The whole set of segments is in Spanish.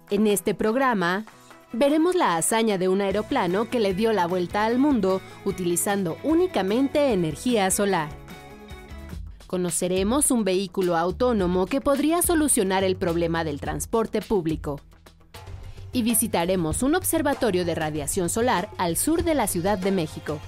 En este programa, veremos la hazaña de un aeroplano que le dio la vuelta al mundo utilizando únicamente energía solar. Conoceremos un vehículo autónomo que podría solucionar el problema del transporte público. Y visitaremos un observatorio de radiación solar al sur de la Ciudad de México.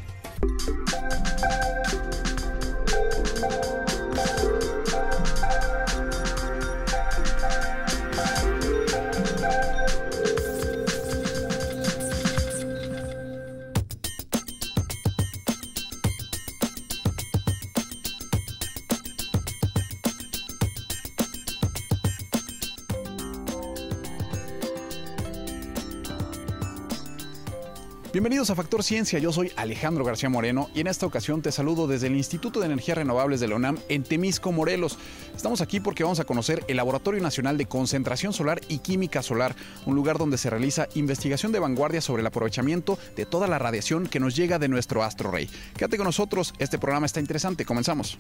Bienvenidos a Factor Ciencia, yo soy Alejandro García Moreno y en esta ocasión te saludo desde el Instituto de Energías Renovables de la UNAM en Temisco, Morelos. Estamos aquí porque vamos a conocer el Laboratorio Nacional de Concentración Solar y Química Solar, un lugar donde se realiza investigación de vanguardia sobre el aprovechamiento de toda la radiación que nos llega de nuestro astro rey. Quédate con nosotros, este programa está interesante, comenzamos.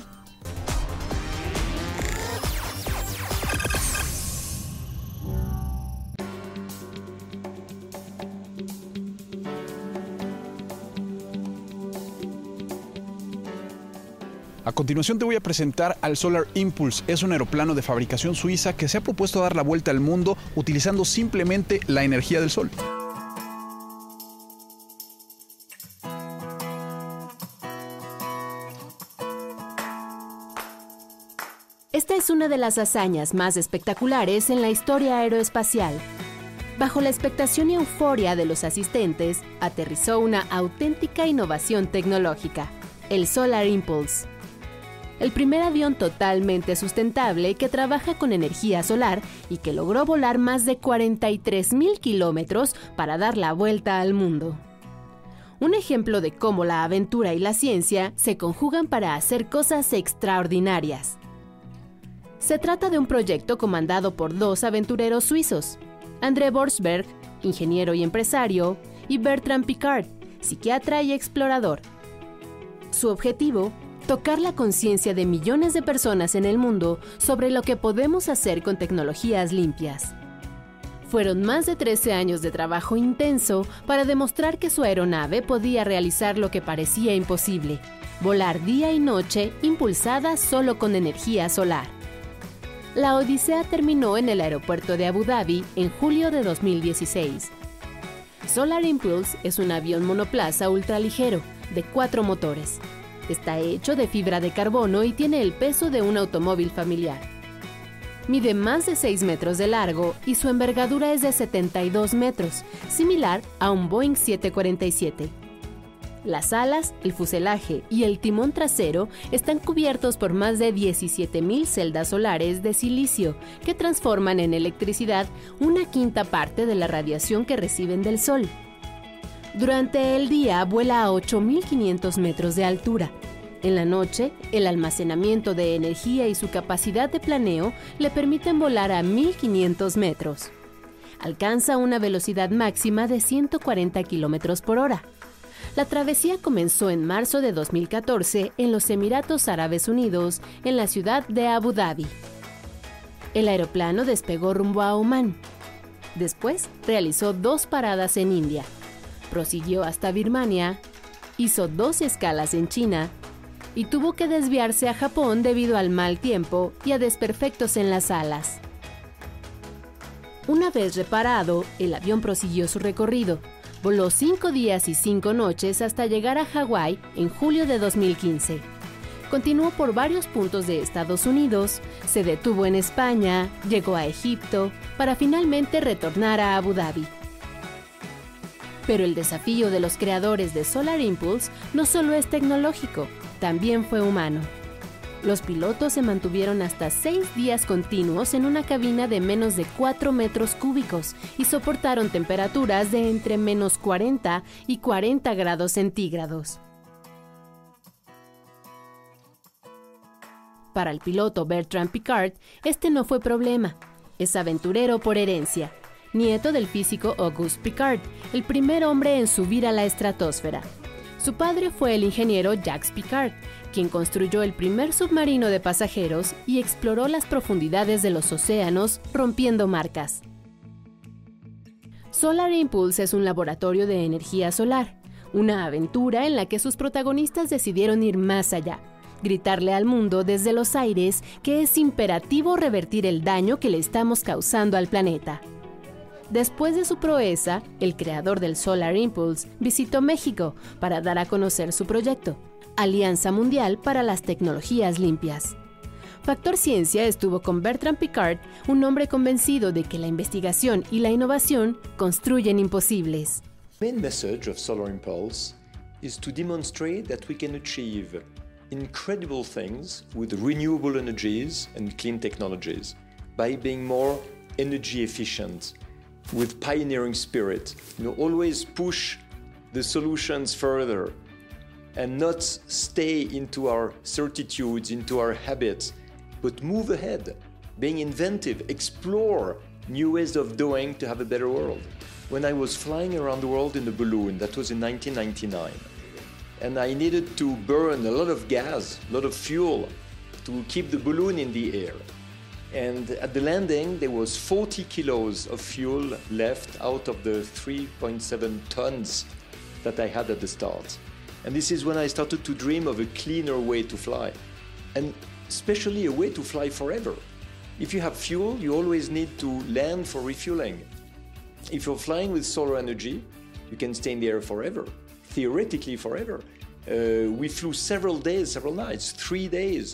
A continuación te voy a presentar al Solar Impulse. Es un aeroplano de fabricación suiza que se ha propuesto dar la vuelta al mundo utilizando simplemente la energía del sol. Esta es una de las hazañas más espectaculares en la historia aeroespacial. Bajo la expectación y euforia de los asistentes, aterrizó una auténtica innovación tecnológica, el Solar Impulse. El primer avión totalmente sustentable que trabaja con energía solar y que logró volar más de 43,000 kilómetros para dar la vuelta al mundo. Un ejemplo de cómo la aventura y la ciencia se conjugan para hacer cosas extraordinarias. Se trata de un proyecto comandado por dos aventureros suizos, André Borschberg, ingeniero y empresario, y Bertrand Piccard, psiquiatra y explorador. Su objetivo: tocar la conciencia de millones de personas en el mundo sobre lo que podemos hacer con tecnologías limpias. Fueron más de 13 años de trabajo intenso para demostrar que su aeronave podía realizar lo que parecía imposible: volar día y noche impulsada solo con energía solar. La odisea terminó en el aeropuerto de Abu Dhabi en julio de 2016. Solar Impulse es un avión monoplaza ultraligero de 4 motores. Está hecho de fibra de carbono y tiene el peso de un automóvil familiar. Mide más de 6 metros de largo y su envergadura es de 72 metros, similar a un Boeing 747. Las alas, el fuselaje y el timón trasero están cubiertos por más de 17,000 celdas solares de silicio que transforman en electricidad una quinta parte de la radiación que reciben del sol. Durante el día vuela a 8,500 metros de altura. En la noche, el almacenamiento de energía y su capacidad de planeo le permiten volar a 1,500 metros. Alcanza una velocidad máxima de 140 kilómetros por hora. La travesía comenzó en marzo de 2014 en los Emiratos Árabes Unidos, en la ciudad de Abu Dhabi. El aeroplano despegó rumbo a Omán. Después, realizó 2 paradas en India. Prosiguió hasta Birmania, hizo 2 escalas en China y tuvo que desviarse a Japón debido al mal tiempo y a desperfectos en las alas. Una vez reparado, el avión prosiguió su recorrido. Voló 5 días y 5 noches hasta llegar a Hawái en julio de 2015. Continuó por varios puntos de Estados Unidos, se detuvo en España, llegó a Egipto, para finalmente retornar a Abu Dhabi. Pero el desafío de los creadores de Solar Impulse no solo es tecnológico, también fue humano. Los pilotos se mantuvieron hasta 6 días continuos en una cabina de menos de 4 metros cúbicos y soportaron temperaturas de entre menos 40 y 40 grados centígrados. Para el piloto Bertrand Piccard, este no fue problema. Es aventurero por herencia, nieto del físico Auguste Piccard, el primer hombre en subir a la estratosfera. Su padre fue el ingeniero Jacques Piccard, quien construyó el primer submarino de pasajeros y exploró las profundidades de los océanos, rompiendo marcas. Solar Impulse es un laboratorio de energía solar, una aventura en la que sus protagonistas decidieron ir más allá, gritarle al mundo desde los aires que es imperativo revertir el daño que le estamos causando al planeta. Después de su proeza, el creador del Solar Impulse visitó México para dar a conocer su proyecto, Alianza Mundial para las Tecnologías Limpias. Factor Ciencia estuvo con Bertrand Piccard, un hombre convencido de que la investigación y la innovación construyen imposibles. The main message of Solar Impulse is to demonstrate that we can achieve incredible things with renewable energies and clean technologies by being more energy efficient, with pioneering spirit. Always push the solutions further and not stay into our certitudes, into our habits, but move ahead, being inventive, explore new ways of doing to have a better world. When I was flying around the world in a balloon, that was in 1999, and I needed to burn a lot of gas, a lot of fuel to keep the balloon in the air. And at the landing, there was 40 kilos of fuel left out of the 3.7 tons that I had at the start. And this is when I started to dream of a cleaner way to fly, and especially a way to fly forever. If you have fuel, you always need to land for refueling. If you're flying with solar energy, you can stay in the air forever, theoretically forever. We flew several days, several nights, 3 days,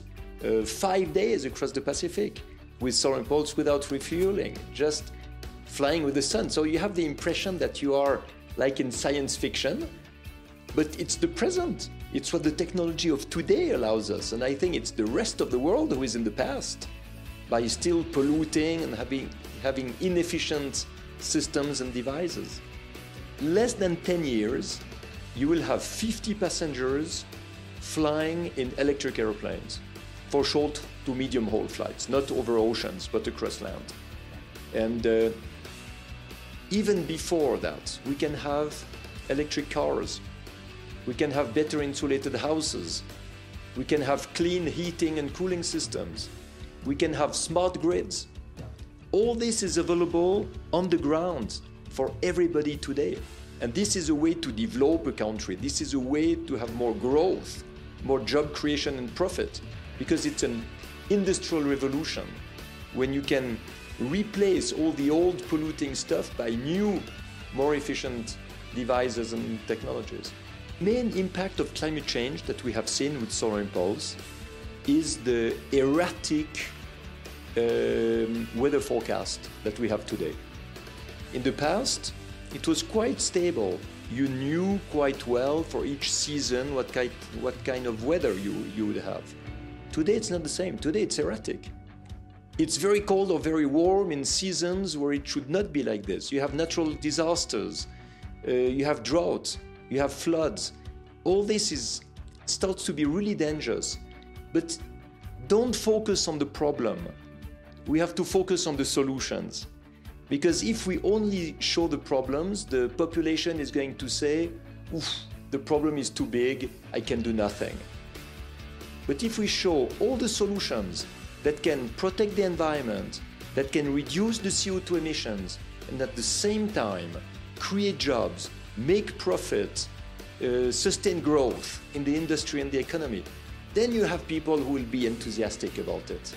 5 days across the Pacific with Solar Impulse without refueling, just flying with the sun. So you have the impression that you are like in science fiction, but it's the present. It's what the technology of today allows us. And I think it's the rest of the world who is in the past by still polluting and having inefficient systems and devices. Less than 10 years, you will have 50 passengers flying in electric airplanes for short to medium haul flights, not over oceans, but across land. And even before that, we can have electric cars. We can have better insulated houses. We can have clean heating and cooling systems. We can have smart grids. All this is available on the ground for everybody today. And this is a way to develop a country. This is a way to have more growth, more job creation and profit, because it's an industrial revolution when you can replace all the old polluting stuff by new, more efficient devices and technologies. Main impact of climate change that we have seen with Solar Impulse is the erratic weather forecast that we have today. In the past, it was quite stable. You knew quite well for each season what kind of weather you would have. Today it's not the same. Today it's erratic. It's very cold or very warm in seasons where it should not be like this. You have natural disasters, you have drought, you have floods. All this starts to be really dangerous. But don't focus on the problem. We have to focus on the solutions. Because if we only show the problems, the population is going to say, oof, the problem is too big, I can do nothing. But if we show all the solutions that can protect the environment, that can reduce the CO2 emissions, and at the same time create jobs, make profit, sustain growth in the industry and the economy, then you have people who will be enthusiastic about it.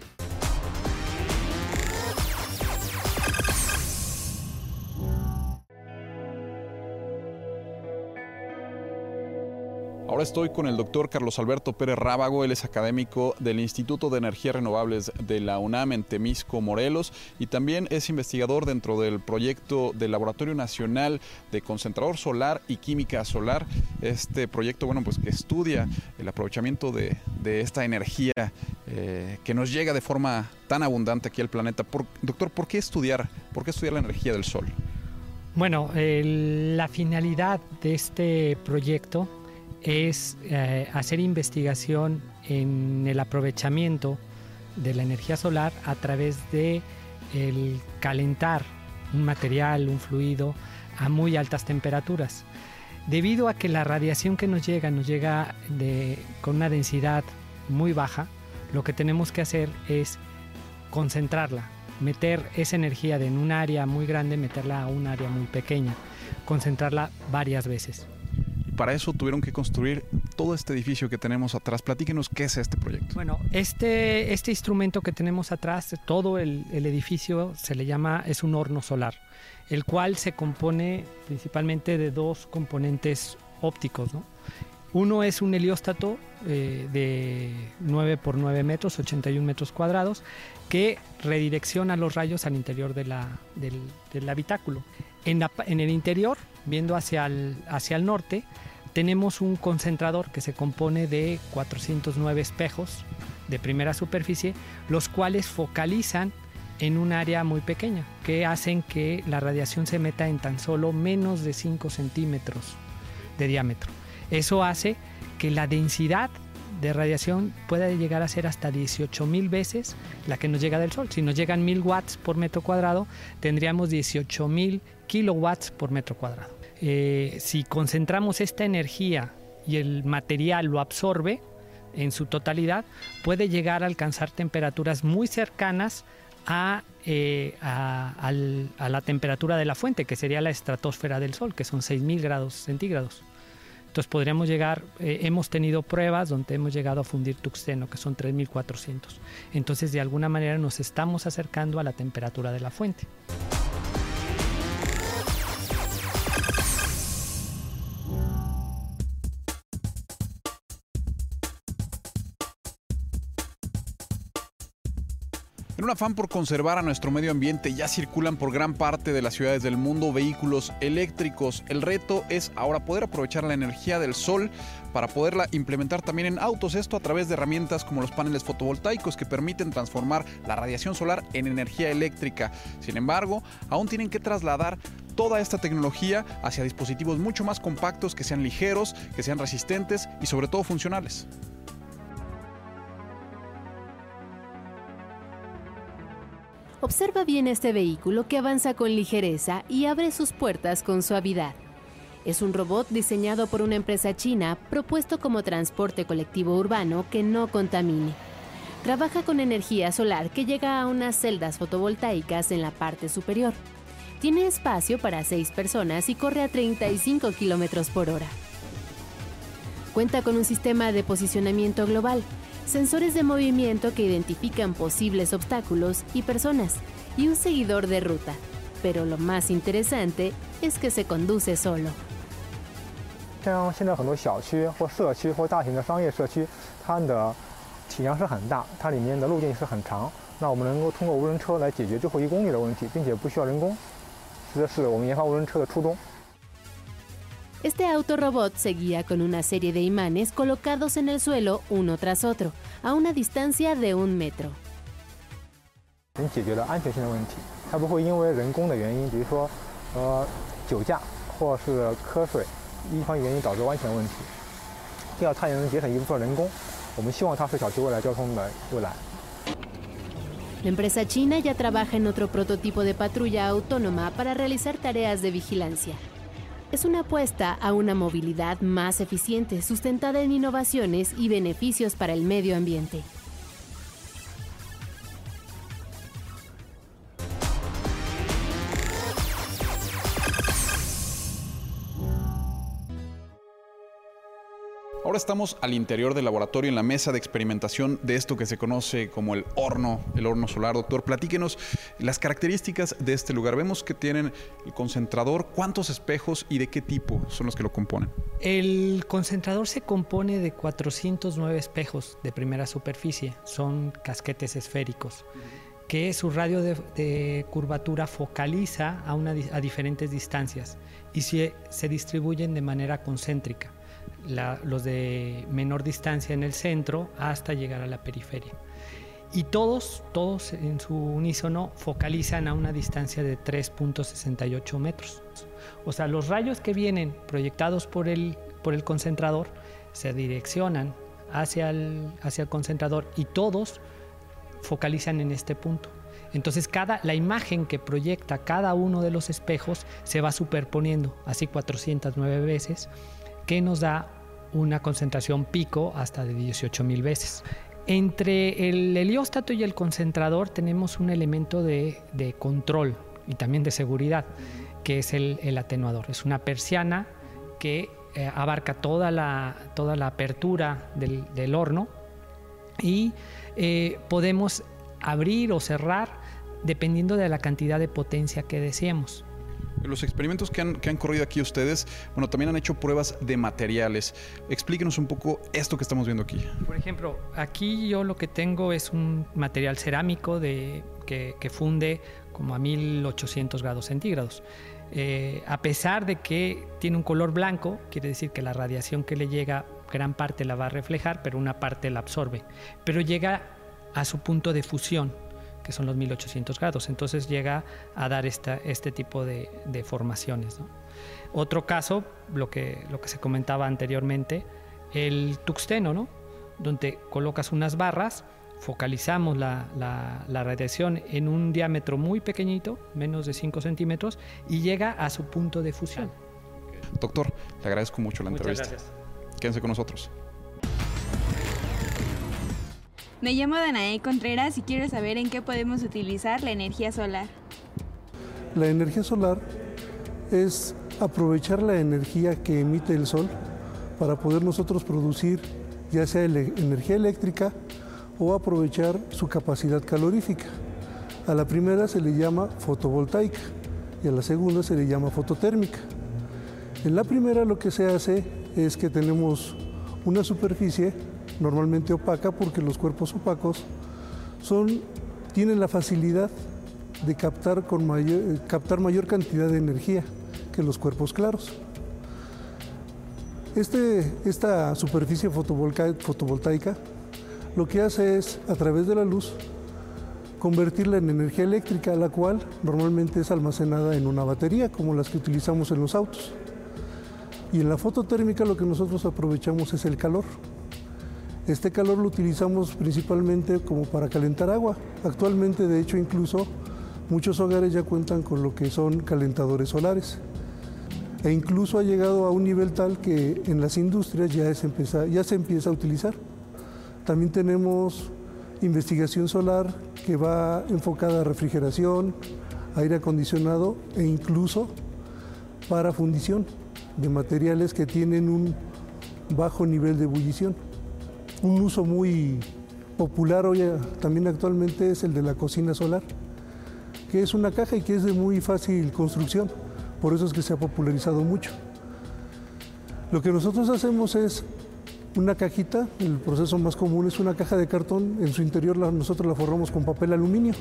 Ahora estoy con el doctor Carlos Alberto Pérez Rábago. Él es académico del Instituto de Energías Renovables de la UNAM en Temisco, Morelos, y también es investigador dentro del proyecto del Laboratorio Nacional de Concentrador Solar y Química Solar. Este proyecto, pues que estudia el aprovechamiento de esta energía que nos llega de forma tan abundante aquí al planeta. Doctor, ¿por qué estudiar la energía del sol? Bueno, la finalidad de este proyecto es hacer investigación en el aprovechamiento de la energía solar a través de el calentar un material, un fluido a muy altas temperaturas. Debido a que la radiación que nos llega con una densidad muy baja, lo que tenemos que hacer es concentrarla, meter esa energía de en un área muy grande, meterla a un área muy pequeña, concentrarla varias veces. Para eso tuvieron que construir todo este edificio que tenemos atrás. Platíquenos qué es este proyecto. Bueno, este instrumento que tenemos atrás, todo el edificio se le llama, es un horno solar, el cual se compone principalmente de dos componentes ópticos, ¿no? Uno es un helióstato de 9 por 9 metros, 81 metros cuadrados, que redirecciona los rayos al interior del habitáculo. En el interior, viendo hacia el norte, tenemos un concentrador que se compone de 409 espejos de primera superficie, los cuales focalizan en un área muy pequeña, que hacen que la radiación se meta en tan solo menos de 5 centímetros de diámetro. Eso hace que la densidad de radiación pueda llegar a ser hasta 18,000 veces la que nos llega del Sol. Si nos llegan 1000 watts por metro cuadrado, tendríamos 18,000 kilowatts por metro cuadrado. Si concentramos esta energía y el material lo absorbe en su totalidad, puede llegar a alcanzar temperaturas muy cercanas a la temperatura de la fuente, que sería la estratosfera del Sol, que son 6,000 grados centígrados. Entonces podríamos llegar, hemos tenido pruebas donde hemos llegado a fundir tuxteno, que son 3,400. Entonces de alguna manera nos estamos acercando a la temperatura de la fuente. En un afán por conservar a nuestro medio ambiente, ya circulan por gran parte de las ciudades del mundo vehículos eléctricos. El reto es ahora poder aprovechar la energía del sol para poderla implementar también en autos. Esto a través de herramientas como los paneles fotovoltaicos que permiten transformar la radiación solar en energía eléctrica. Sin embargo, aún tienen que trasladar toda esta tecnología hacia dispositivos mucho más compactos, que sean ligeros, que sean resistentes y sobre todo funcionales. Observa bien este vehículo que avanza con ligereza y abre sus puertas con suavidad. Es un robot diseñado por una empresa china, propuesto como transporte colectivo urbano que no contamine. Trabaja con energía solar que llega a unas celdas fotovoltaicas en la parte superior. Tiene espacio para 6 personas y corre a 35 kilómetros por hora. Cuenta con un sistema de posicionamiento global, sensores de movimiento que identifican posibles obstáculos y personas, y un seguidor de ruta. Pero lo más interesante es que se conduce solo. 像现在很多小区或社区或大型的商业社区，它的体量是很大，它里面的路径是很长。那我们能够通过无人车来解决最后1公里的问题，并且不需要人工。这是我们研发无人车的初衷。 Este autorobot se guía con una serie de imanes colocados en el suelo uno tras otro, a una distancia de 1 metro. 解决了安全性的问题，它不会因为人工的原因，比如说酒驾或是瞌睡，一方原因导致安全问题。第二，它也能节省一部分人工。我们希望它是小区未来交通的未来。 La empresa china ya trabaja en otro prototipo de patrulla autónoma para realizar tareas de vigilancia. Es una apuesta a una movilidad más eficiente, sustentada en innovaciones y beneficios para el medio ambiente. Ahora estamos al interior del laboratorio, en la mesa de experimentación de esto que se conoce como el horno solar. Doctor, platíquenos las características de este lugar. Vemos que tienen el concentrador, ¿cuántos espejos y de qué tipo son los que lo componen? El concentrador se compone de 409 espejos de primera superficie, son casquetes esféricos, que su radio de curvatura focaliza a diferentes distancias y se distribuyen de manera concéntrica. Los de menor distancia en el centro hasta llegar a la periferia. Y todos en su unísono focalizan a una distancia de 3.68 metros. O sea, los rayos que vienen proyectados por el concentrador se direccionan hacia el concentrador y todos focalizan en este punto. Entonces la imagen que proyecta cada uno de los espejos se va superponiendo, así 409 veces, que nos da una concentración pico hasta de 18,000 veces. Entre el helióstato y el concentrador tenemos un elemento de control y también de seguridad, que es el atenuador. Es una persiana que abarca toda la apertura del horno y podemos abrir o cerrar dependiendo de la cantidad de potencia que deseemos. Los experimentos que han corrido aquí ustedes, bueno, también han hecho pruebas de materiales. Explíquenos un poco esto que estamos viendo aquí. Por ejemplo, aquí yo lo que tengo es un material cerámico que funde como a 1800 grados centígrados. A pesar de que tiene un color blanco, quiere decir que la radiación que le llega, gran parte la va a reflejar, pero una parte la absorbe. Pero llega a su punto de fusión, que son los 1800 grados. Entonces llega a dar este tipo de formaciones, ¿no? Otro caso, lo que se comentaba anteriormente, el tuxteno, ¿no? Donde colocas unas barras, focalizamos la radiación en un diámetro muy pequeñito, menos de 5 centímetros, y llega a su punto de fusión. Doctor, le agradezco mucho la entrevista. Muchas gracias. Quédense con nosotros. Me llamo Danae Contreras y quiero saber en qué podemos utilizar la energía solar. La energía solar es aprovechar la energía que emite el sol para poder nosotros producir ya sea energía eléctrica o aprovechar su capacidad calorífica. A la primera se le llama fotovoltaica y a la segunda se le llama fototérmica. En la primera lo que se hace es que tenemos una superficie normalmente opaca, porque los cuerpos opacos tienen la facilidad de captar mayor cantidad de energía que los cuerpos claros. Esta superficie fotovoltaica lo que hace es, a través de la luz, convertirla en energía eléctrica, la cual normalmente es almacenada en una batería, como las que utilizamos en los autos. Y en la fototérmica lo que nosotros aprovechamos es el calor. Este calor lo utilizamos principalmente como para calentar agua. Actualmente, de hecho, incluso muchos hogares ya cuentan con lo que son calentadores solares. E incluso ha llegado a un nivel tal que en las industrias ya se empieza a utilizar. También tenemos investigación solar que va enfocada a refrigeración, aire acondicionado e incluso para fundición de materiales que tienen un bajo nivel de ebullición. Un uso muy popular hoy también actualmente es el de la cocina solar, que es una caja y que es de muy fácil construcción, por eso es que se ha popularizado mucho. Lo que nosotros hacemos es una cajita, el proceso más común es una caja de cartón, en su interior nosotros la forramos con papel aluminio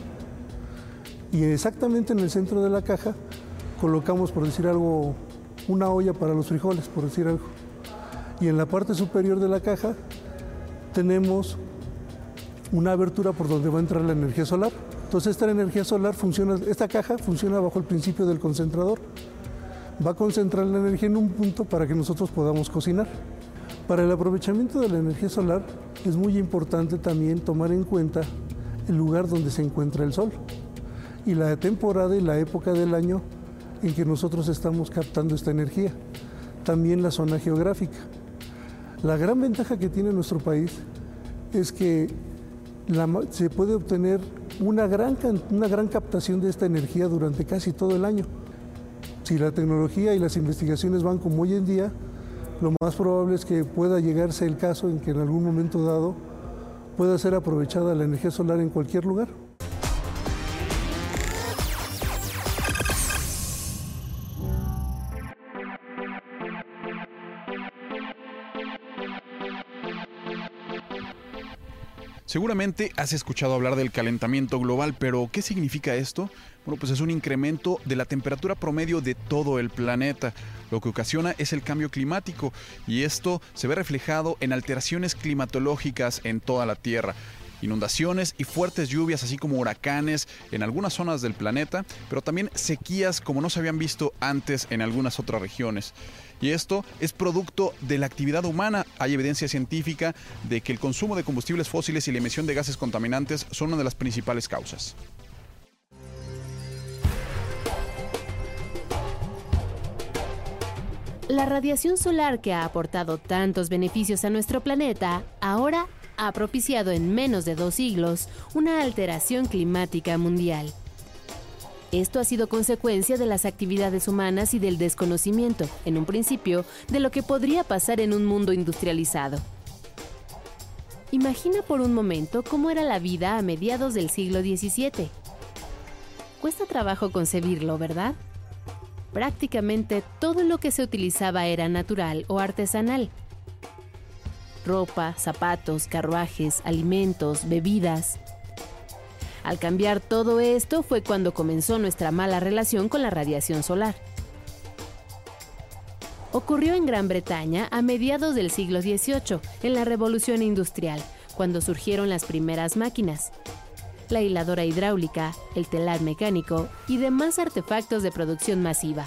y exactamente en el centro de la caja colocamos, por decir algo, una olla para los frijoles, por decir algo, y en la parte superior de la caja tenemos una abertura por donde va a entrar la energía solar. Entonces esta caja funciona bajo el principio del concentrador. Va a concentrar la energía en un punto para que nosotros podamos cocinar. Para el aprovechamiento de la energía solar es muy importante también tomar en cuenta el lugar donde se encuentra el sol y la temporada y la época del año en que nosotros estamos captando esta energía. También la zona geográfica. La gran ventaja que tiene nuestro país es que se puede obtener una gran captación de esta energía durante casi todo el año. Si la tecnología y las investigaciones van como hoy en día, lo más probable es que pueda llegarse el caso en que en algún momento dado pueda ser aprovechada la energía solar en cualquier lugar. Seguramente has escuchado hablar del calentamiento global, pero ¿qué significa esto? Bueno, pues es un incremento de la temperatura promedio de todo el planeta. Lo que ocasiona es el cambio climático y esto se ve reflejado en alteraciones climatológicas en toda la Tierra. Inundaciones y fuertes lluvias, así como huracanes en algunas zonas del planeta, pero también sequías como no se habían visto antes en algunas otras regiones. Y esto es producto de la actividad humana. Hay evidencia científica de que el consumo de combustibles fósiles y la emisión de gases contaminantes son una de las principales causas. La radiación solar que ha aportado tantos beneficios a nuestro planeta, ahora ha propiciado en menos de 2 siglos una alteración climática mundial. Esto ha sido consecuencia de las actividades humanas y del desconocimiento, en un principio, de lo que podría pasar en un mundo industrializado. Imagina por un momento cómo era la vida a mediados del siglo XVII. Cuesta trabajo concebirlo, ¿verdad? Prácticamente todo lo que se utilizaba era natural o artesanal. Ropa, zapatos, carruajes, alimentos, bebidas. Al cambiar todo esto fue cuando comenzó nuestra mala relación con la radiación solar. Ocurrió en Gran Bretaña a mediados del siglo XVIII, en la Revolución Industrial, cuando surgieron las primeras máquinas, la hiladora hidráulica, el telar mecánico y demás artefactos de producción masiva.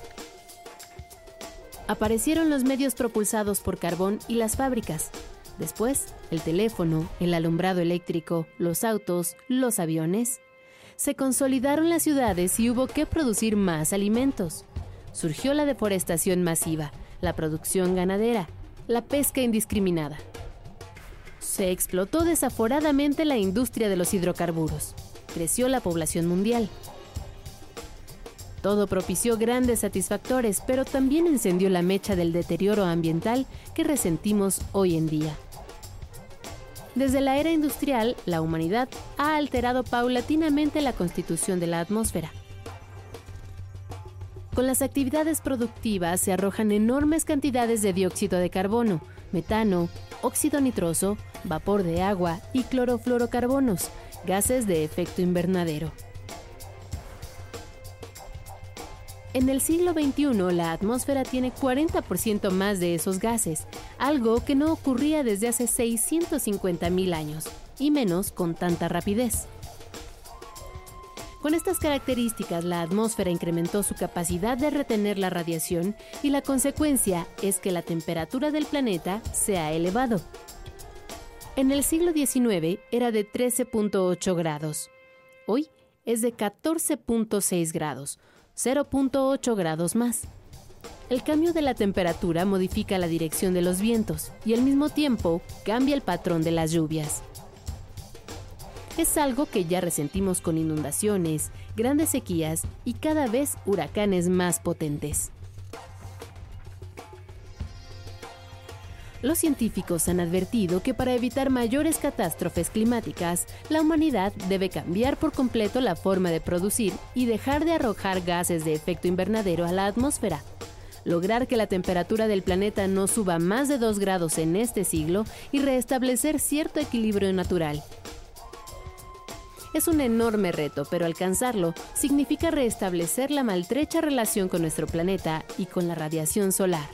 Aparecieron los medios propulsados por carbón y las fábricas. Después, el teléfono, el alumbrado eléctrico, los autos, los aviones. Se consolidaron las ciudades y hubo que producir más alimentos. Surgió la deforestación masiva, la producción ganadera, la pesca indiscriminada. Se explotó desaforadamente la industria de los hidrocarburos. Creció la población mundial. Todo propició grandes satisfactores, pero también encendió la mecha del deterioro ambiental que resentimos hoy en día. Desde la era industrial, la humanidad ha alterado paulatinamente la constitución de la atmósfera. Con las actividades productivas se arrojan enormes cantidades de dióxido de carbono, metano, óxido nitroso, vapor de agua y clorofluorocarbonos, gases de efecto invernadero. En el siglo XXI, la atmósfera tiene 40% más de esos gases, algo que no ocurría desde hace 650.000 años, y menos con tanta rapidez. Con estas características, la atmósfera incrementó su capacidad de retener la radiación y la consecuencia es que la temperatura del planeta se ha elevado. En el siglo XIX era de 13.8 grados. Hoy es de 14.6 grados, 0.8 grados más. El cambio de la temperatura modifica la dirección de los vientos y al mismo tiempo cambia el patrón de las lluvias. Es algo que ya resentimos con inundaciones, grandes sequías y cada vez huracanes más potentes. Los científicos han advertido que para evitar mayores catástrofes climáticas, la humanidad debe cambiar por completo la forma de producir y dejar de arrojar gases de efecto invernadero a la atmósfera. Lograr que la temperatura del planeta no suba más de 2 grados en este siglo y restablecer cierto equilibrio natural. Es un enorme reto, pero alcanzarlo significa restablecer la maltrecha relación con nuestro planeta y con la radiación solar.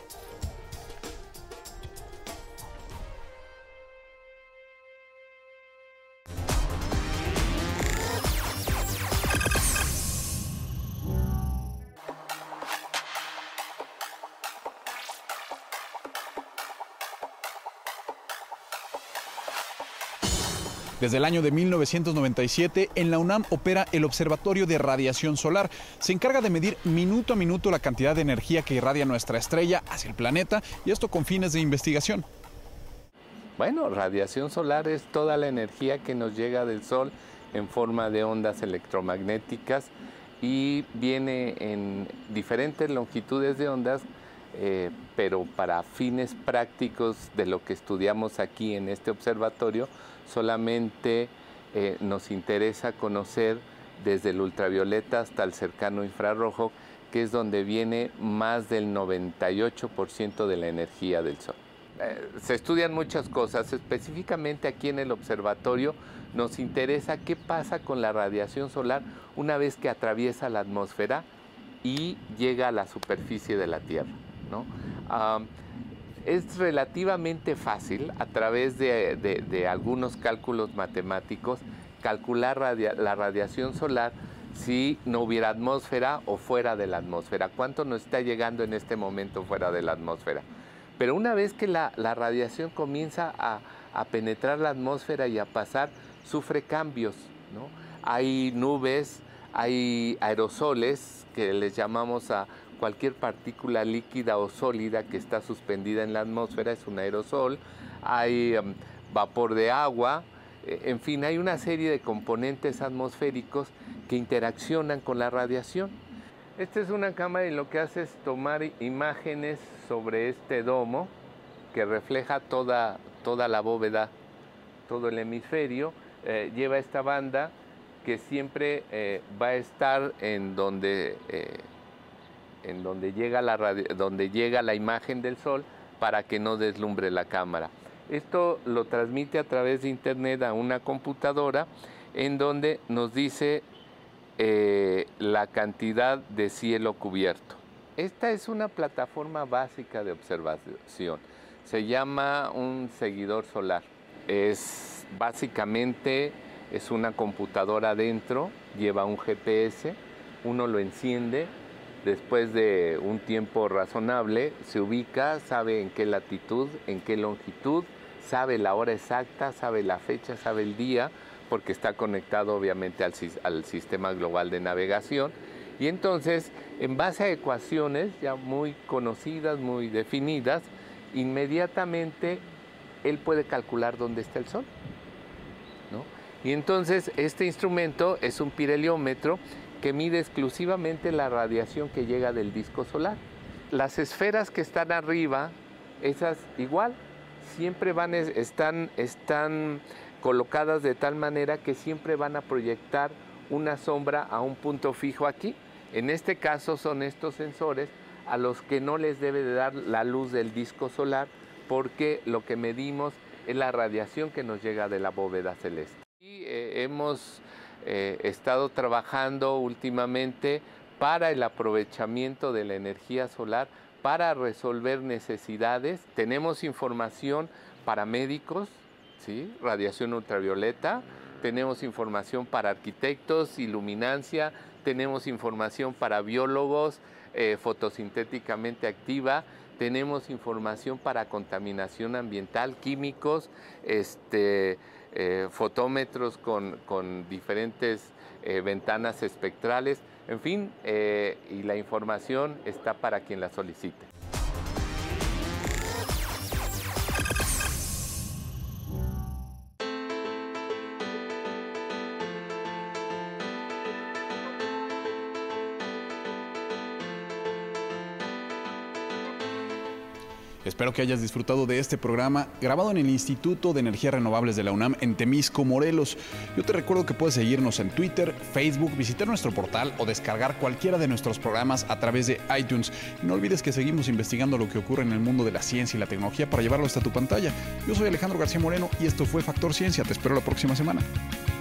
Desde el año de 1997, en la UNAM opera el Observatorio de Radiación Solar. Se encarga de medir minuto a minuto la cantidad de energía que irradia nuestra estrella hacia el planeta, y esto con fines de investigación. Bueno, radiación solar es toda la energía que nos llega del Sol en forma de ondas electromagnéticas y viene en diferentes longitudes de ondas, pero para fines prácticos de lo que estudiamos aquí en este observatorio, solamente nos interesa conocer desde el ultravioleta hasta el cercano infrarrojo, que es donde viene más del 98% de la energía del Sol. Se estudian muchas cosas, específicamente aquí en el observatorio nos interesa qué pasa con la radiación solar una vez que atraviesa la atmósfera y llega a la superficie de la Tierra, ¿no? Es relativamente fácil, a través de algunos cálculos matemáticos, calcular la radiación solar si no hubiera atmósfera o fuera de la atmósfera. ¿Cuánto nos está llegando en este momento fuera de la atmósfera? Pero una vez que la radiación comienza a penetrar la atmósfera y a pasar, sufre cambios, ¿no? Hay nubes, hay aerosoles, que les llamamos a cualquier partícula líquida o sólida que está suspendida en la atmósfera, es un aerosol. Hay vapor de agua, en fin, hay una serie de componentes atmosféricos que interaccionan con la radiación. Esta es una cámara y lo que hace es tomar imágenes sobre este domo que refleja toda la bóveda, todo el hemisferio. Lleva esta banda que siempre va a estar en donde llega la imagen del sol para que no deslumbre la cámara. Esto lo transmite a través de internet a una computadora en donde nos dice la cantidad de cielo cubierto. Esta es una plataforma básica de observación. Se llama un seguidor solar. Básicamente es una computadora adentro, lleva un GPS, uno lo enciende, después de un tiempo razonable se ubica, sabe en qué latitud, en qué longitud, sabe la hora exacta, sabe la fecha, sabe el día, porque está conectado obviamente al sistema global de navegación. Y entonces, en base a ecuaciones ya muy conocidas, muy definidas, inmediatamente él puede calcular dónde está el Sol, ¿no? Y entonces este instrumento es un pirheliómetro que mide exclusivamente la radiación que llega del disco solar. Las esferas que están arriba, esas igual, siempre están colocadas de tal manera que siempre van a proyectar una sombra a un punto fijo aquí. En este caso son estos sensores a los que no les debe de dar la luz del disco solar, porque lo que medimos es la radiación que nos llega de la bóveda celeste. Y hemos estado trabajando últimamente para el aprovechamiento de la energía solar, para resolver necesidades. Tenemos información para médicos, ¿sí? Radiación ultravioleta, tenemos información para arquitectos, iluminancia, tenemos información para biólogos, fotosintéticamente activa, tenemos información para contaminación ambiental, químicos, fotómetros con diferentes ventanas espectrales, en fin, y la información está para quien la solicite. Espero que hayas disfrutado de este programa grabado en el Instituto de Energías Renovables de la UNAM en Temisco, Morelos. Yo te recuerdo que puedes seguirnos en Twitter, Facebook, visitar nuestro portal o descargar cualquiera de nuestros programas a través de iTunes. Y no olvides que seguimos investigando lo que ocurre en el mundo de la ciencia y la tecnología para llevarlo hasta tu pantalla. Yo soy Alejandro García Moreno y esto fue Factor Ciencia. Te espero la próxima semana.